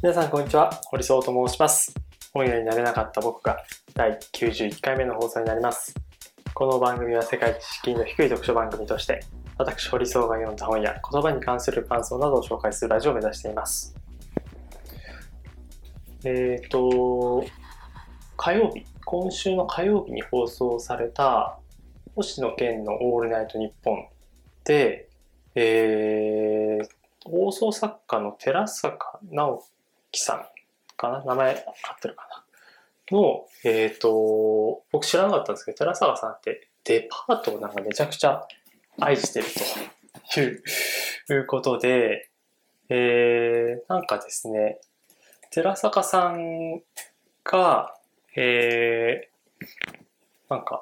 皆さんこんにちは、堀総と申します。本屋になれなかった僕が第91回目の放送になります。この番組は世界知識の低い読書番組として、私堀総が読んだ本や言葉に関する感想などを紹介するラジオを目指しています。火曜日、今週の火曜日に放送された星野源のオールナイトニッポンで、放送作家の寺坂直樹さんかな、名前合ってるかなの、僕知らなかったんですけど、寺坂さんってデパートをなんかめちゃくちゃ愛してるということで、なんかですね、寺坂さんが、なんか、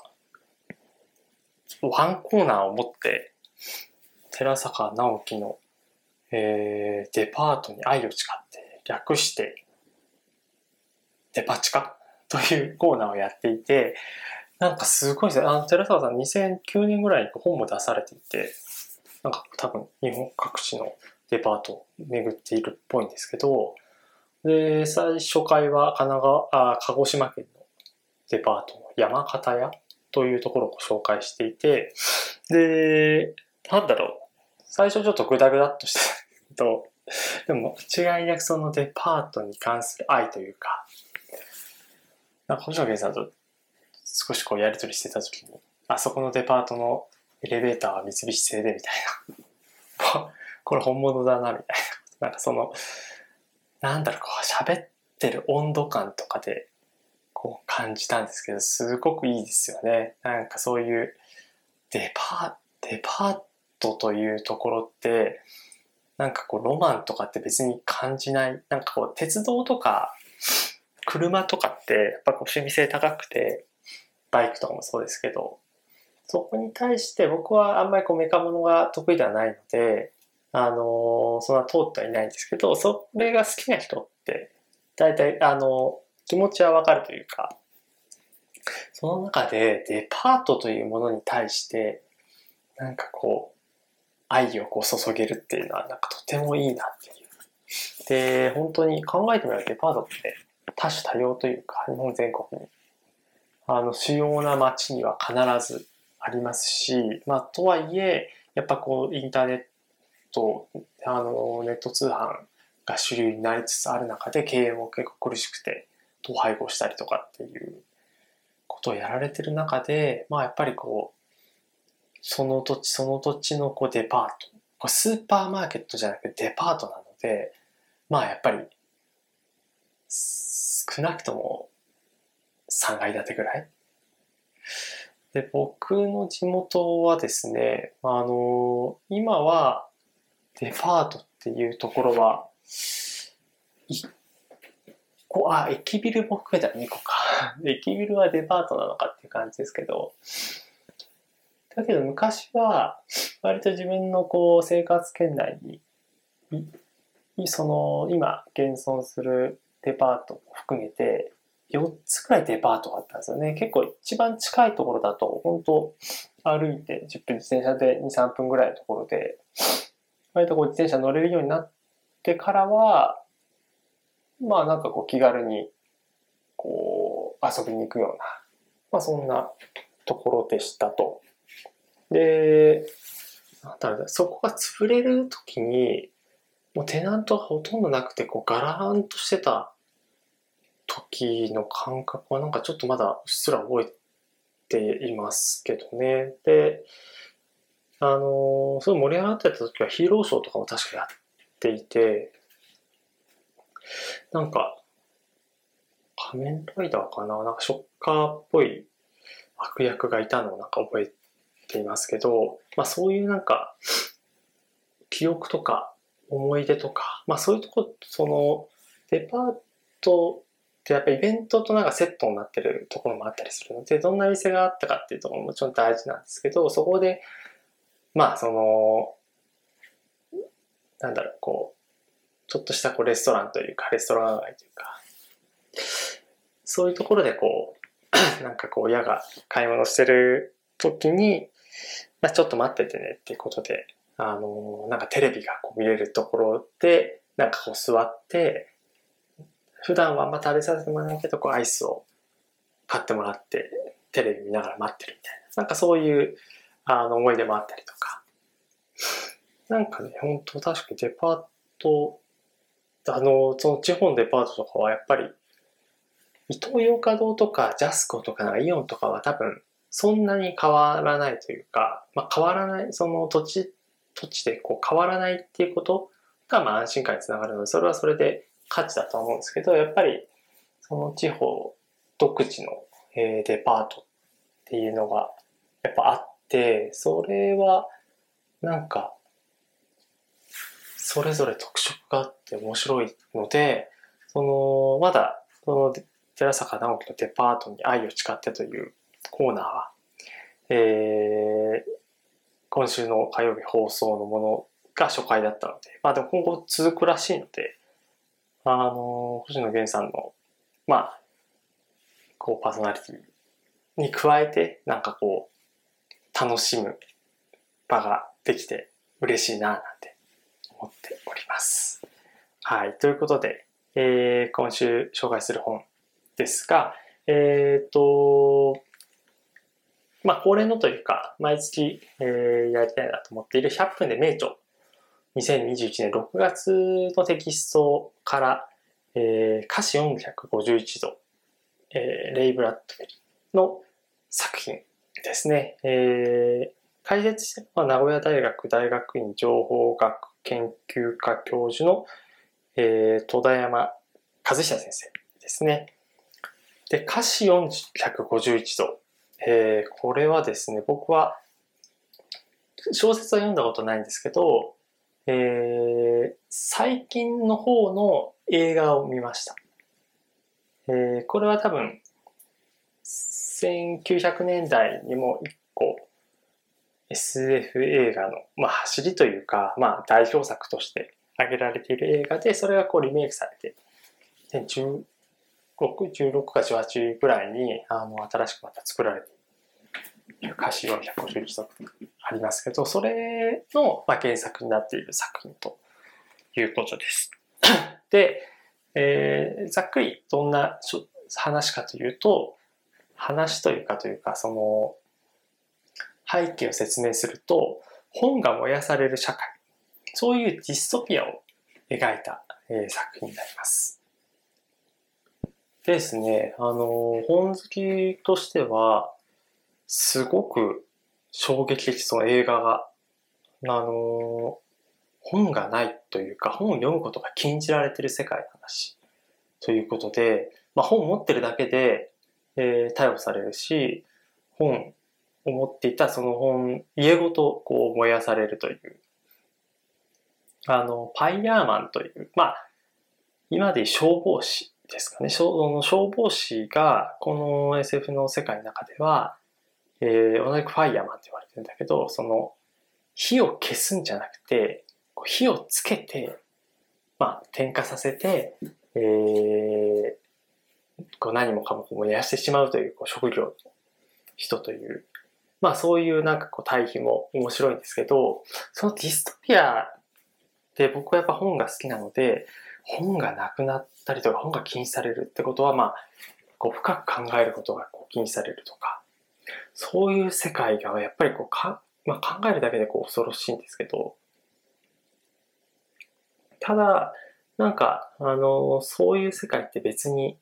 ワンコーナーを持って、寺坂直樹の、デパートに愛を誓って、略して、デパ地下というコーナーをやっていて、なんかすごいですね。寺坂さん2009年ぐらいに本も出されていて、なんか多分日本各地のデパートを巡っているっぽいんですけど、で、最初回は鹿児島県のデパートの山形屋というところを紹介していて、で、なんだろう。最初ちょっとグダグダっとしてたけど、でも違いなくそのデパートに関する愛というか、なんか星野源さんと少しこうやりとりしてた時に、あそこのデパートのエレベーターは三菱製でみたいな。これ本物だなみたいな。なんかその、なんだろう、こう喋ってる温度感とかでこう感じたんですけど、すごくいいですよね。なんかそういうデパートというところって、なんかこうロマンとかって別に感じない。なんかこう鉄道とか車とかってやっぱこう趣味性高くて、バイクとかもそうですけど、そこに対して僕はあんまりこうメカ物が得意ではないので、そんな通ってはいないんですけど、それが好きな人って、大体気持ちはわかるというか、その中でデパートというものに対して、なんかこう、愛をこう注げるっていうのはなんかとてもいいなっていう。で、本当に考えてみればデパートって多種多様というか、日本全国に主要な街には必ずありますし、まあ、とはいえ、やっぱこう、インターネット、ネット通販が主流になりつつある中で、経営も結構苦しくて、統廃合したりとかっていうことをやられてる中で、まあ、やっぱりこう、その土地その土地のこうデパート、これスーパーマーケットじゃなくてデパートなので、まあ、やっぱり、少なくとも3階建てぐらいで、僕の地元はですね、今はデパートっていうところは、1個、駅ビルも含めたら2個か。駅ビルはデパートなのかっていう感じですけど、だけど昔は、割と自分のこう生活圏内に、今現存するデパートも含めて、4つくらいデパートがあったんですよね。結構一番近いところだと、本当歩いて10分、自転車で2、3分ぐらいのところで、割とこう自転車乗れるようになってからは、まあなんかこう気軽にこう遊びに行くような、まあそんなところでしたと。で、なんだろうね、そこが潰れるときに、もうテナントがほとんどなくて、こうガラーンとしてた時の感覚はなんかちょっとまだうっすら覚えていますけどね。で、すごい盛り上がってた時はヒーローショーとかも確かやっていて、なんか、仮面ライダーかな、なんかショッカーっぽい悪役がいたのをなんか覚えていますけど、まあそういうなんか、記憶とか思い出とか、まあそういうとこ、デパートってやっぱイベントとなんかセットになってるところもあったりするので、どんな店があったかっていうところももちろん大事なんですけど、そこで、まあなんだろう、こう、ちょっとしたこうレストランというか、レストラン街というか、そういうところでこう、なんかこう親が買い物してる時に、まあ、ちょっと待っててねっていうことで、なんかテレビがこう見れるところで、なんかこう座って、 普段はあんま食べさせてもらえないけど、こうアイスを買ってもらって、テレビ見ながら待ってるみたいな。なんかそういう思い出もあったりとか。なんかね、本当確かにデパート、その地方のデパートとかはやっぱり、イトーヨーカドーとかジャスコとかイオンとかは多分そんなに変わらないというか、変わらない、その土地でこう変わらないっていうことが安心感につながるので、それはそれで価値だと思うんですけど、やっぱりその地方独自のデパートっていうのがやっぱあって、それはなんかそれぞれ特色があって面白いので、まだその寺坂直樹のデパートに愛を誓ってというコーナーは、今週の火曜日放送のものが初回だったので、でも今後続くらしいので、星野源さんの、こうパーソナリティに加えて、なんかこう、楽しむ場ができて嬉しいな、なんて思っております。はい。ということで、今週紹介する本ですが、恒例のというか、毎月、やりたいなと思っている100分で名著。2021年6月のテキストから、歌詞451度、レイ・ブラッドベリーの作品ですね。解説しては名古屋大学大学院情報学研究科教授の、戸田山和久先生ですね。で、歌詞451度。これはですね、僕は小説は読んだことないんですけど、最近の方の映画を見ました。これは多分、1900年代にも一個 SF 映画の、走りというか、代表作として挙げられている映画で、それがこうリメイクされて、2016か18ぐらいに新しくまた作られている歌詞451とありますけど、それの原作になっている作品ということです。で、ざっくりどんな話かというと、話というか、その背景を説明すると、本が燃やされる社会、そういうディストピアを描いた、作品になります。ですね、本好きとしては、すごく衝撃的、その映画が、本がないというか、本を読むことが禁じられている世界の話ということで、本を持ってるだけで、逮捕されるし、本を持っていたその本、家ごとこう燃やされるという、パイヤーマンという、今でいう消防士ですかね。消防士が、この SF の世界の中では、同じくファイヤーマンって言われてるんだけど、その、火を消すんじゃなくて、火をつけて、点火させて、何もかも燃やしてしまうという、職業の人という、そういう対比も面白いんですけど、そのディストピアで僕はやっぱ本が好きなので、本がなくなったりとか本が禁止されるってことは、深く考えることが禁止されるとか、そういう世界がやっぱり考えるだけで恐ろしいんですけど、ただ、そういう世界って別に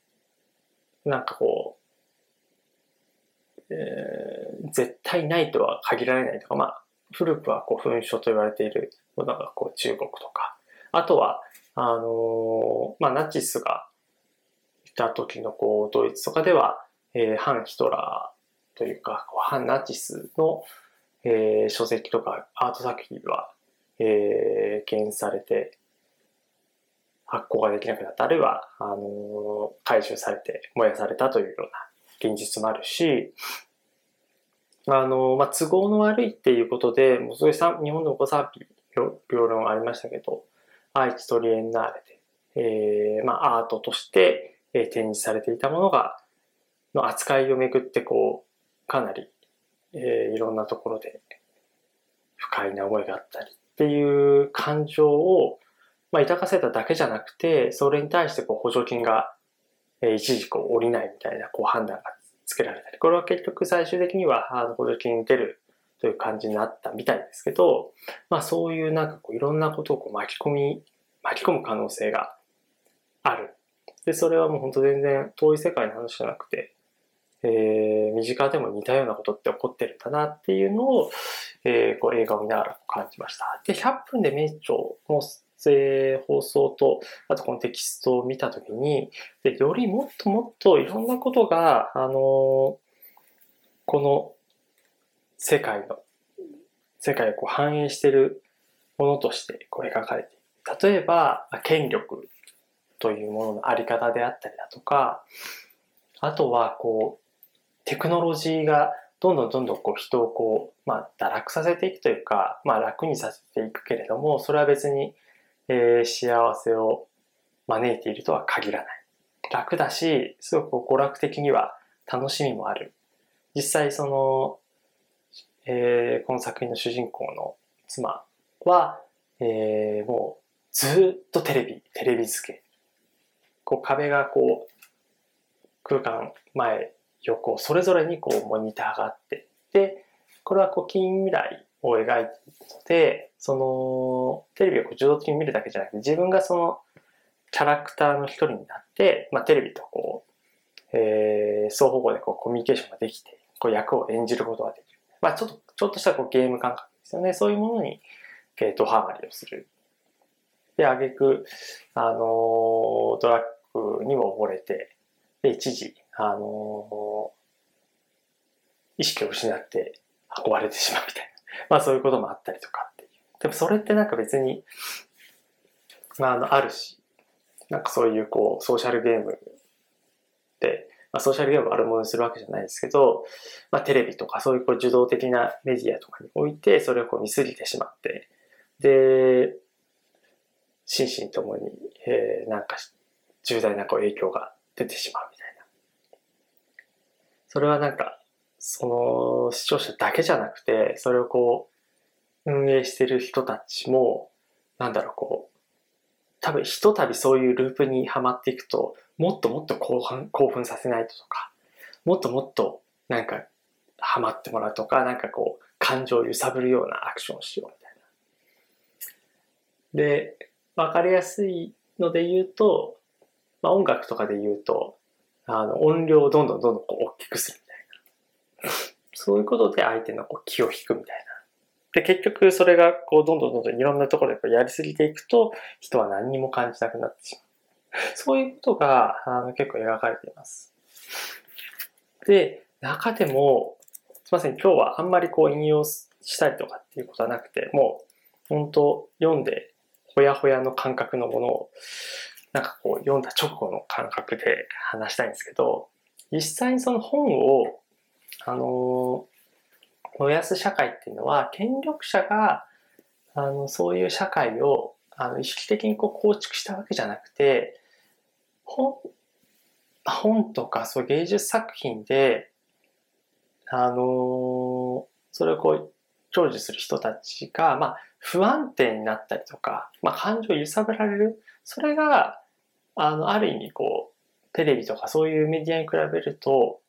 絶対ないとは限られないとか、古くは紛争と言われているものが中国とか、あとは、ナチスがいた時のドイツとかでは、反ヒトラーというか、反ナチスの、書籍とかアート作品は、減されて、発行ができなくなった、あるいは、回収されて燃やされたというような現実もあるし、都合の悪いっていうことで、もうすごい日本の賛否両論ありましたけど、愛知トリエンナーレで、アートとして、展示されていたものが、の扱いをめぐってかなり、いろんなところで不快な思いがあったりっていう感情を、 抱かせただけじゃなくて、それに対して補助金が一時下りないみたいな判断がつけられたり、これは結局最終的には補助金出るという感じになったみたいですけど、そういういろんなことを巻き込む可能性がある。で、それはもう本当全然遠い世界の話じゃなくて、身近でも似たようなことって起こってるんだなっていうのを、映画を見ながら感じました。で、100分で名著の放送と、あとこのテキストを見たときに、で、よりもっともっといろんなことが、この世界を反映しているものとして描かれている。例えば、権力というもののあり方であったりだとか、あとはテクノロジーがどんどん人を堕落させていくというか、楽にさせていくけれども、それは別に、幸せを招いているとは限らない。楽だし、すごく娯楽的には楽しみもある。実際この作品の主人公の妻は、もうずっとテレビ漬け。壁が空間前横それぞれにモニターがあって、でこれは近未来を描いているので、テレビを受動的に見るだけじゃなくて、自分がそのキャラクターの一人になって、テレビと双方向でコミュニケーションができて、役を演じることができる。ちょっとしたゲーム感覚ですよね。そういうものにドハマりをする。で、挙句ドラッグにも溺れて、で、一時、意識を失って運ばれてしまうみたいな。そういうこともあったりとかっていう。でもそれって別に、あるし、そういうソーシャルゲームで、ソーシャルゲームを悪者にするわけじゃないですけど、テレビとかそういう受動的なメディアとかにおいて、それを見過ぎてしまって、で、心身ともに、重大な影響が出てしまうみたいな。それはその視聴者だけじゃなくて、それを運営している人たちも、多分ひとたびそういうループにはまっていくと、もっともっと興奮させないとか、もっともっとはまってもらうとか、感情を揺さぶるようなアクションをしようみたいな。で、わかりやすいので言うと、音楽とかで言うと、音量をどんどん大きくするみたいな。そういうことで相手の気を引くみたいな。で、結局それがどんどんいろんなところでやりすぎていくと、人は何にも感じなくなってしまう。そういうことが結構描かれています。で、中でも、すいません、今日はあんまり引用したりとかっていうことはなくて、もう本当読んでほやほやの感覚のものを読んだ直後の感覚で話したいんですけど、実際にその本を燃やす社会っていうのは、権力者がそういう社会を意識的に構築したわけじゃなくて、本とかそういう芸術作品でそれを享受する人たちが、不安定になったりとか、感情を揺さぶられる。それが、ある意味テレビとかそういうメディアに比べると、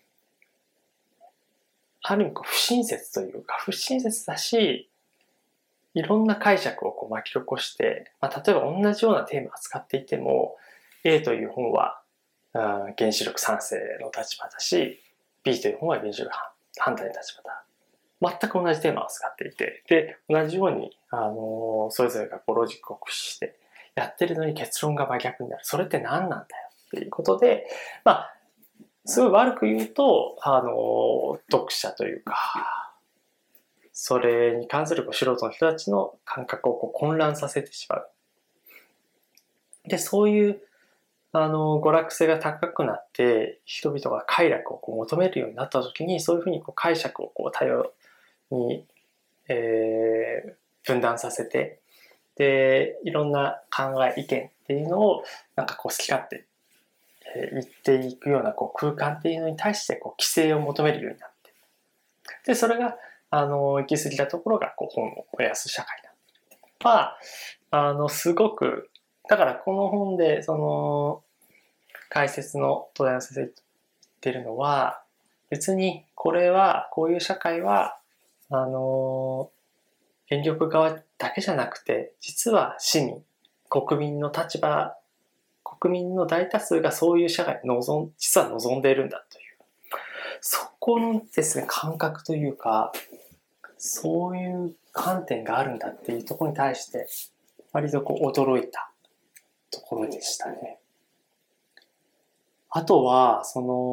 ある意味不親切というか、不親切だし、いろんな解釈を巻き起こして、例えば同じようなテーマを扱っていても、A という本は原子力賛成の立場だし、B という本は原子力反対の立場だ。全く同じテーマを扱っていて、で、同じように、それぞれがロジックを駆使してやってるのに結論が真逆になる。それって何なんだよっていうことで、すごい悪く言うと、読者というか、それに関する素人の人たちの感覚を混乱させてしまう。で、そういう娯楽性が高くなって人々が快楽を求めるようになった時に、そういうふうに解釈を多様に、分断させて、でいろんな考え意見っていうのを好き勝手言っていくような空間っていうのに対して規制を求めるようになって、でそれが行き過ぎたところが本を燃やす社会だ。 は、すごく、だからこの本で、解説の戸田先生言ってるのは、別にこれは、こういう社会は、権力側だけじゃなくて、実は市民、国民の立場、国民の大多数がそういう社会を実は望んでいるんだという。そこのですね、感覚というか、そういう観点があるんだっていうところに対して、割と驚いたところでしたね。あとは、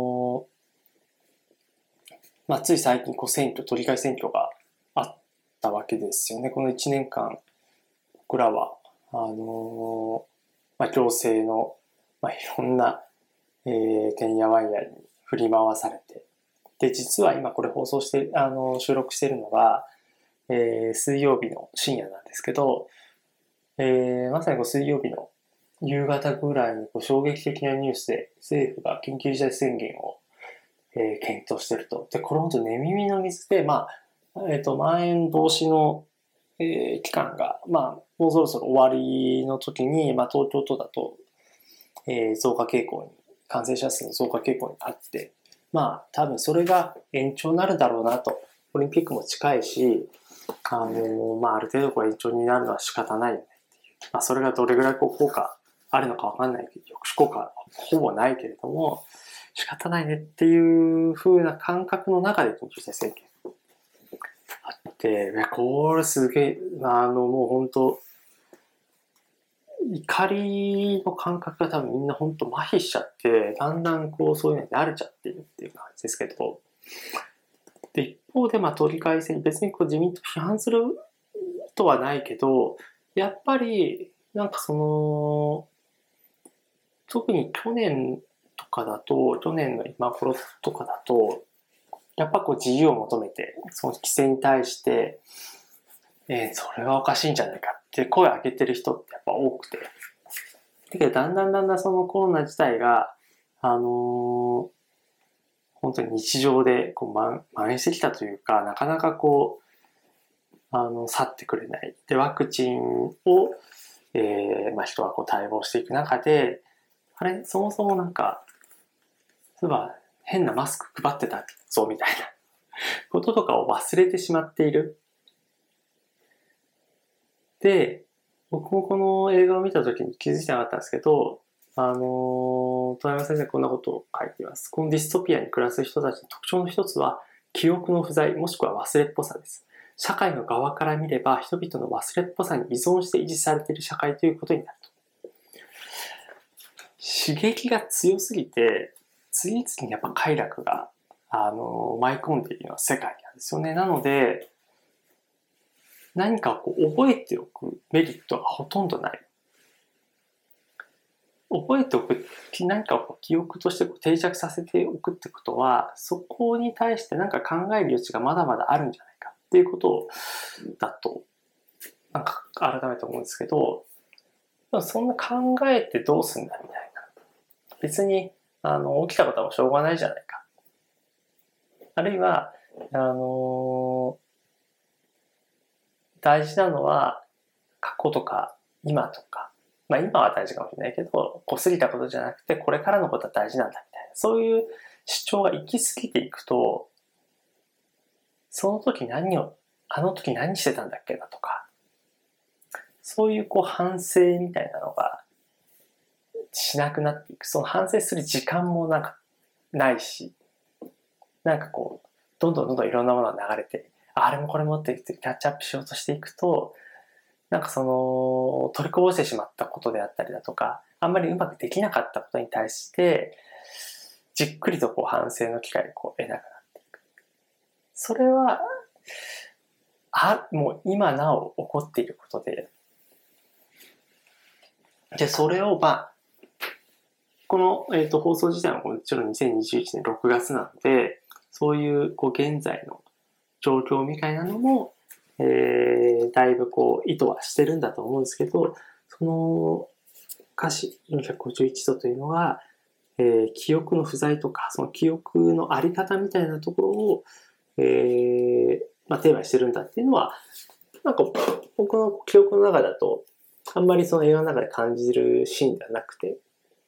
つい最近都議会選挙があったわけですよね。この1年間、僕らは、行政の、いろんな、てんやわんやに振り回されて、で、実は今これ放送して、収録しているのが、水曜日の深夜なんですけど、まさに水曜日の夕方ぐらいに衝撃的なニュースで政府が緊急事態宣言を、検討していると。で、これ本当寝耳の水で、まん延防止の、期間が、もうそろそろ終わりの時に、東京都だと、感染者数の増加傾向にあって、多分それが延長になるだろうなと。オリンピックも近いし、ある程度延長になるのは仕方ないよねっていう。それがどれぐらい効果あるのかわかんないけど、抑止効果はほぼないけれども、仕方ないねっていう風な感覚の中で緊急事態宣言あって、これすげえ、もう本当怒りの感覚が多分みんな本当麻痺しちゃって、だんだんそういうのに慣れちゃってるっていう感じですけど、で、一方で都議会選、別に自民党批判するとはないけど、やっぱり、特に去年の今頃とかだと、やっぱ自由を求めて、その規制に対して、それはおかしいんじゃないかって声を上げてる人ってやっぱ多くて。だけど、だんだんそのコロナ自体が、本当に日常で蔓延してきたというか、なかなか去ってくれない。で、ワクチンを、人が対応していく中で、そもそもそういえば変なマスク配ってたぞみたいなこととかを忘れてしまっている。で、僕もこの映画を見た時に気づいてなかったんですけど、戸山先生こんなことを書いています。このディストピアに暮らす人たちの特徴の一つは、記憶の不在もしくは忘れっぽさです。社会の側から見れば、人々の忘れっぽさに依存して維持されている社会ということになると。刺激が強すぎて、次々にやっぱ快楽が、舞い込んでいるような世界なんですよね。なので、何か覚えておくメリットがほとんどない。覚えておく、何かを記憶として定着させておくってことは、そこに対して何か考える余地がまだまだあるんじゃないかっていうことだと、改めて思うんですけど、そんな考えてどうすんだみたいな。別に、起きたことはしょうがないじゃないか。あるいは、大事なのは、過去とか今とか、今は大事かもしれないけど、過ぎたことじゃなくて、これからのことは大事なんだみたいな。そういう主張が行き過ぎていくと、その時あの時何してたんだっけだとか、そういう反省みたいなのがしなくなっていく。その反省する時間もないし、どんどんいろんなものが流れて、あれもこれもってキャッチアップしようとしていくと、取りこぼしてしまったことであったりだとか、あんまりうまくできなかったことに対して、じっくりと反省の機会を得なくなっていく。それは、もう今なお起こっていることで、それをこの、放送自体はもちろん2021年6月なので、そういう現在の状況みたいなのも、だいぶ意図はしてるんだと思うんですけど、その歌詞451度というのは、記憶の不在とか、その記憶のあり方みたいなところを、テーマにしてるんだっていうのは、 なんか僕の記憶の中だと、あんまりその映画の中で感じるシーンではなくて、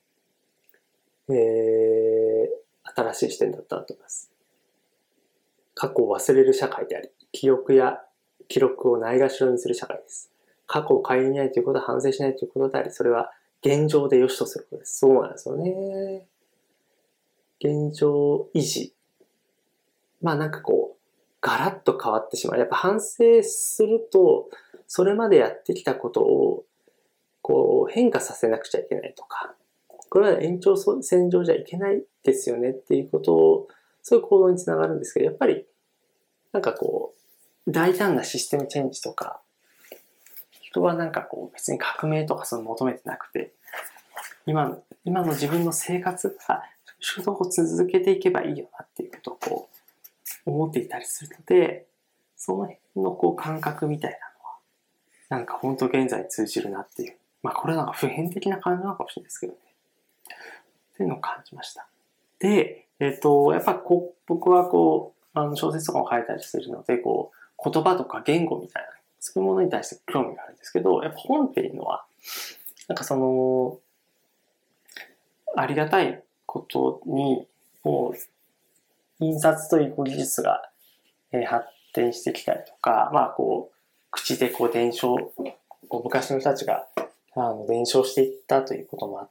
新しい視点だったと思います。過去を忘れる社会であり、記憶や記録をないがしろにする社会です。過去を顧みないということは反省しないということであり、それは現状で良しとすることです。そうなんですよね。現状維持。まあなんかこう、ガラッと変わってしまう。やっぱ反省すると、それまでやってきたことをこう変化させなくちゃいけないとか、これは延長線上じゃいけないですよねっていうことを、そういう行動につながるんですけど、やっぱりなんかこう、大胆なシステムチェンジとか、人はなんかこう別に革命とかその求めてなくて、今の自分の生活が仕事を続けていけばいいよなっていうことをこう思っていたりするので、その辺のこう感覚みたいなのは、なんか本当現在通じるなっていう。まあこれなんか普遍的な感じなのかもしれないですけどね。っていうのを感じました。で、やっぱこう僕はこう、小説とかも書いたりするので、こう、言葉とか言語みたいな、そういうものに対して興味があるんですけど、やっぱ本っていうのは、なんかその、ありがたいことに、もう、印刷という技術が発展してきたりとか、まあこう、口でこう伝承、こう昔の人たちが伝承していったということもあって、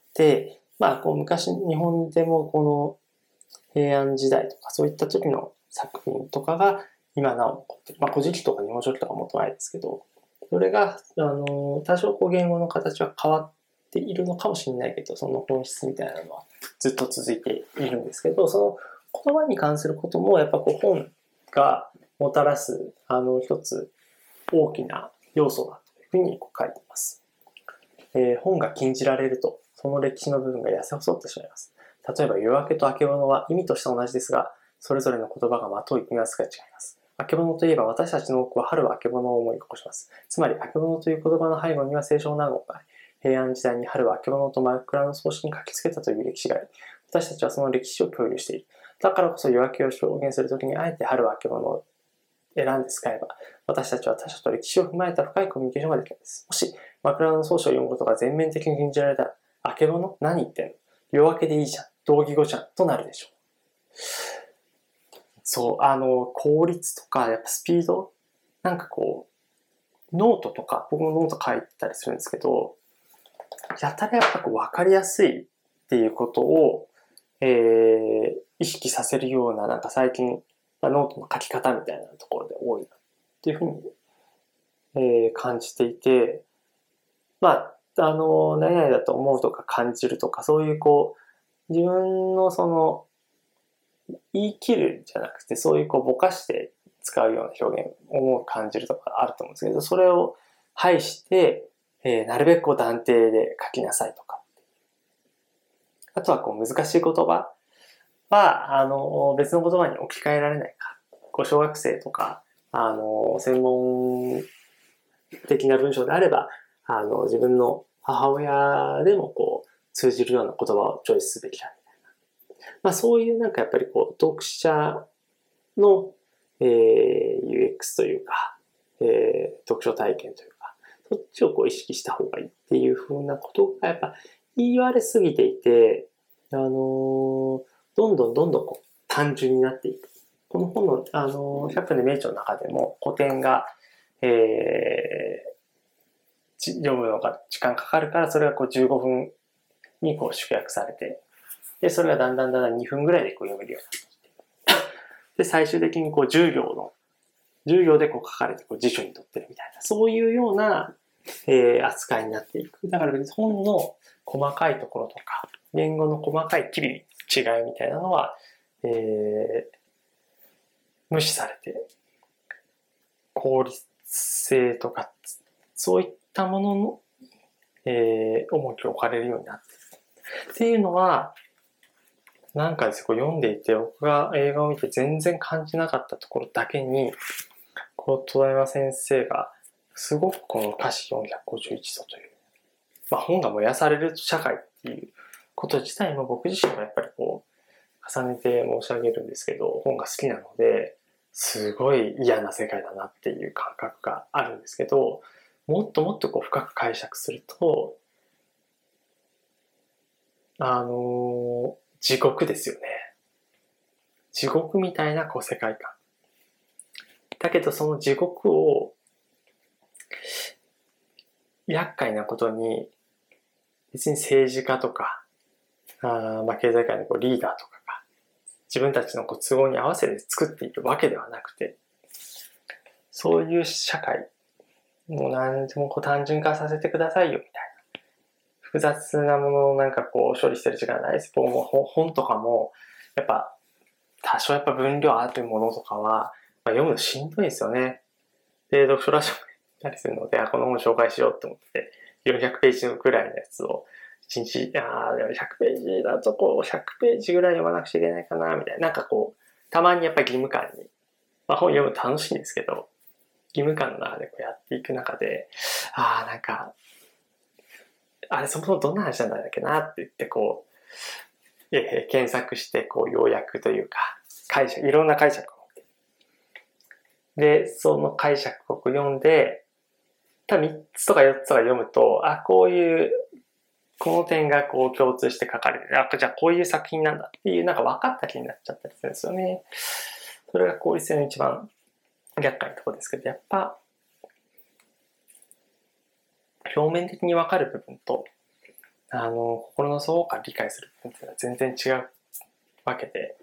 まあこう昔日本でもこの平安時代とかそういった時の作品とかが今なお残ってる。まあ古事記とか日本書紀とかもっと前ですけど、それが多少こう言語の形は変わっているのかもしれないけど、その本質みたいなのはずっと続いているんですけど、その言葉に関することもやっぱこう本がもたらす一つ大きな要素だというふうに書いています。本が禁じられるとその歴史の部分が痩せ細ってしまいます。例えば夜明けと明けぼのは意味として同じですが、それぞれの言葉がまとう意味合わせが違います。明けぼのといえば私たちの多くは春は明けぼのを思い起こします。つまり明けぼのという言葉の背後には清少納言があり、平安時代に春は明けぼのと真っ暗の葬式に書きつけたという歴史があり、私たちはその歴史を共有している。だからこそ夜明けを表現するときにあえて春は明けぼのを選んで使えば、私たちは他者と歴史を踏まえた深いコミュニケーションができるんです。もし、枕の草書を読むことが全面的に禁じられたら、明けぼの何言ってんの、夜明けでいいじゃん、同義語じゃん、となるでしょう。そう、効率とか、やっぱスピード、なんかこう、ノートとか、僕もノート書いてたりするんですけど、やたらやっぱこう分かりやすいっていうことを、意識させるような、なんか最近、ノートの書き方みたいなところで多いなっていうふうに、感じていて、まあ、何々だと思うとか感じるとか、そういうこう、自分のその、言い切るんじゃなくて、そういうこうぼかして使うような表現、思う、感じるとかあると思うんですけど、それを排して、なるべくこう断定で書きなさいとか。あとはこう難しい言葉は、別の言葉に置き換えられないか。こう小学生とか、専門的な文章であれば、自分の母親でもこう、通じるような言葉をチョイスすべきだみたいな。まあそういうなんかやっぱりこう、読者の、UX というか、読書体験というか、そっちをこう意識した方がいいっていうふうなことがやっぱ言われすぎていて、どんどんこう単純になっていく。この本の、100分で名著の中でも古典が、読むのが時間かかるから、それがこう15分にこう集約されて、で、それがだんだん2分ぐらいでこう読めるようになって、で、最終的にこう10行でこう書かれてこう辞書に載ってるみたいな、そういうような、扱いになっていく。だから別に本の細かいところとか、言語の細かい機微違いみたいなのは、無視されて、効率性とか、そういったものの、重きを置かれるようになっている。っていうのは、なんかですね、こう読んでいて、僕が映画を見て全然感じなかったところだけに、こう、戸田山先生が、すごくこの歌詞451度という、まあ本が燃やされる社会っていうこと自体も僕自身はやっぱりこう、重ねて申し上げるんですけど、本が好きなので、 すごい嫌な世界だなっていう感覚があるんですけど、もっともっとこう深く解釈すると、地獄ですよね。地獄みたいなこう世界観。だけどその地獄を、厄介なことに、別に政治家とか、経済界のこうリーダーとかが、自分たちのこう都合に合わせて作っているわけではなくて、そういう社会、もう何でもこう単純化させてくださいよみたいな。複雑なものをなんかこう処理してる時間ないです。もう本とかも、やっぱ多少やっぱ分量あるものとかは、読むのしんどいですよね。で、読書ラジオもやったりするので、この本紹介しようと思って、400ページくらいのやつを、1日、100ページだとこう、100ページぐらい読まなくちゃいけないかな、みたいな。なんかこう、たまにやっぱり義務感に、本読むと楽しいんですけど、義務感の中でこうやっていく中で、なんか、あれそもそもどんな話なんだっけなって言ってこう、検索してこう要約というか、いろんな解釈を持って。で、その解釈を読んで、多分3つとか4つとか読むと、こういう、この点がこう共通して書かれてる。じゃあこういう作品なんだっていう、なんか分かった気になっちゃったりするんですよね。それが効率性の一番厄介なところですけど、やっぱ、表面的に分かる部分と、心の底から理解する部分っていうのは全然違うわけで、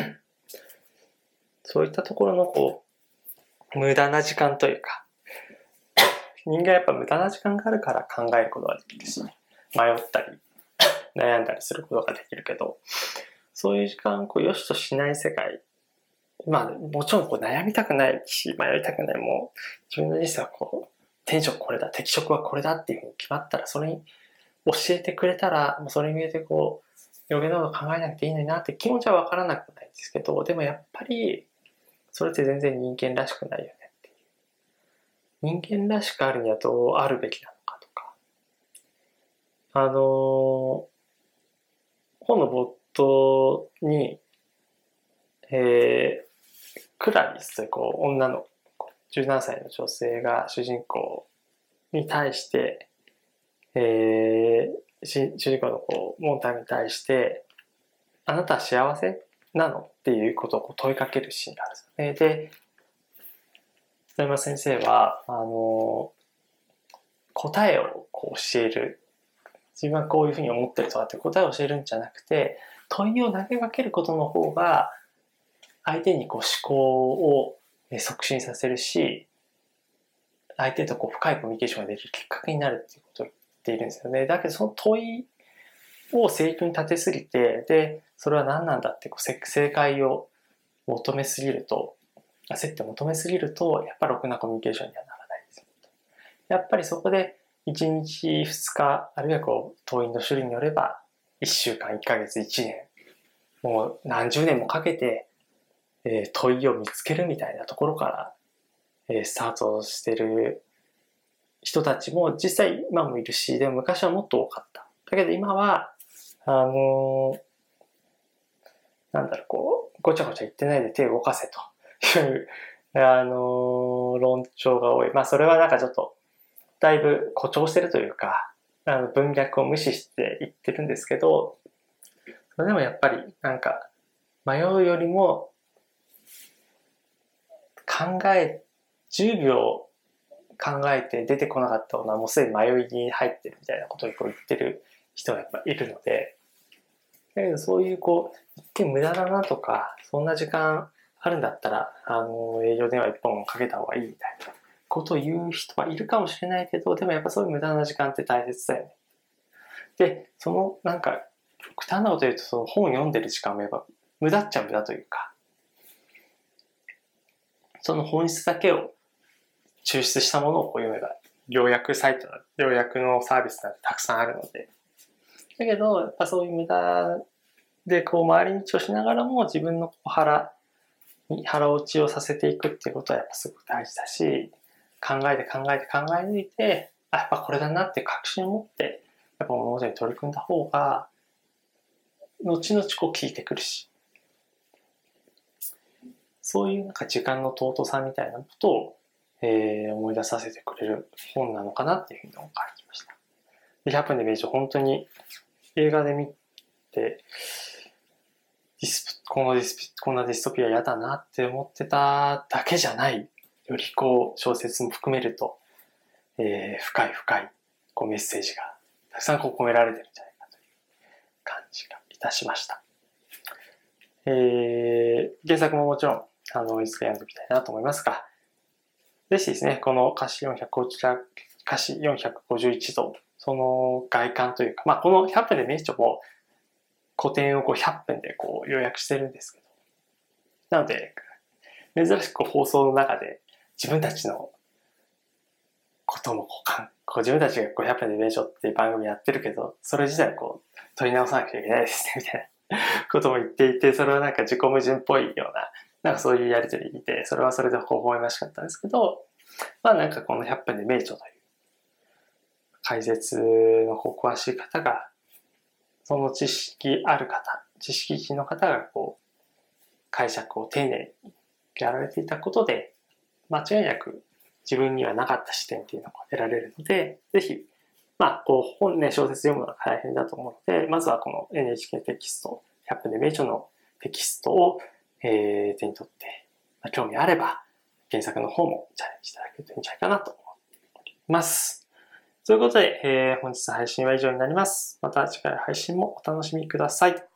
そういったところのこう、無駄な時間というか、人間はやっぱ無駄な時間があるから考えることができるし、迷ったり、悩んだりすることができるけど、そういう時間をこう良しとしない世界、もちろんこう悩みたくないし、迷いたくない、もう自分の人生はこう、天職これだ、適職はこれだっていうふうに決まったら、それに教えてくれたら、もうそれに向けてこう、余計なこと考えなくていいのになって気持ちはわからなくないんですけど、でもやっぱり、それって全然人間らしくないよねっていう。人間らしくあるにはどうあるべきなのかとか。本の冒頭に、クラリスというこう女の17歳の女性が主人公に対して、主人公のこうモンタに対して、あなたは幸せなのっていうことをこう問いかけるシーンがあるんですよね。で、北山先生は、答えをこう教える。自分はこういうふうに思ってるとかって答えを教えるんじゃなくて、問いを投げかけることの方が、相手にこう思考を促進させるし、相手とこう深いコミュニケーションができるきっかけになるっていうことを言っているんですよね。だけどその問いを正確に立てすぎて、で、それは何なんだってこう正解を求めすぎると、焦って求めすぎると、やっぱりろくなコミュニケーションにはならないですよ。やっぱりそこで1日2日、あるいはこう問いの種類によれば、1週間、1ヶ月、1年、もう何十年もかけて、問いを見つけるみたいなところから、スタートしてる人たちも実際今もいるし、でも昔はもっと多かった。だけど今は、ごちゃごちゃ言ってないで手を動かせという、論調が多い。それはなんかちょっと、だいぶ誇張してるというか、文脈を無視して言ってるんですけど、それでもやっぱりなんか、迷うよりも、10秒考えて出てこなかったのはもうすでに迷いに入ってるみたいなことを言ってる人がやっぱいるので、だけどそういうこう、一見無駄だなとか、そんな時間あるんだったら、営業電話一本かけた方がいいみたいなことを言う人はいるかもしれないけど、でもやっぱそういう無駄な時間って大切だよね。で、そのなんか、極端なこと言うとその本を読んでる時間もやっぱ無駄っちゃ無駄というか、その本質だけを抽出したものをこう読めば、要約サイト、要約のサービスなんてたくさんあるので。だけど、やっぱそういう無駄でこう回り道をしながらも自分の腹落ちをさせていくっていうことはやっぱすごく大事だし、考えて抜いて、やっぱこれだなって確信を持って、やっぱ物事に取り組んだ方が、後々こう効いてくるし。 そういうなんか時間の尊さみたいなことを、思い出させてくれる本なのかなっていうふうに感じました。で100分で名著、本当に映画で見て、こんなディストピア嫌だなって思ってただけじゃない、よりこう小説も含めると、深いこうメッセージがたくさんこう込められてるんじゃないかという感じがいたしました。原作ももちろんいつか読んでみたいなと思いますが、ぜひですね、この歌詞451度、その外観というか、この100分で名著も古典をこう100分でこう要約してるんですけど、なので、珍しく放送の中で自分たちのことも自分たちが100分で名著っていう番組やってるけど、それ自体こう取り直さなきゃいけないですね、みたいなことも言っていて、それはなんか自己矛盾っぽいような、なんかそういうやりとり見て、それはそれで微笑ましかったんですけど、なんかこの100分で名著という解説の詳しい方が、その知識人の方がこう解釈を丁寧にやられていたことで、間違いなく自分にはなかった視点っていうのが得られるので、ぜひ、こう小説読むのが大変だと思うので、まずはこの NHK テキスト、100分で名著のテキストを、手に取って、興味あれば原作の方もチャレンジいただけるといいんじゃないかなと思っております。ということで、本日の配信は以上になります。また次回配信もお楽しみください。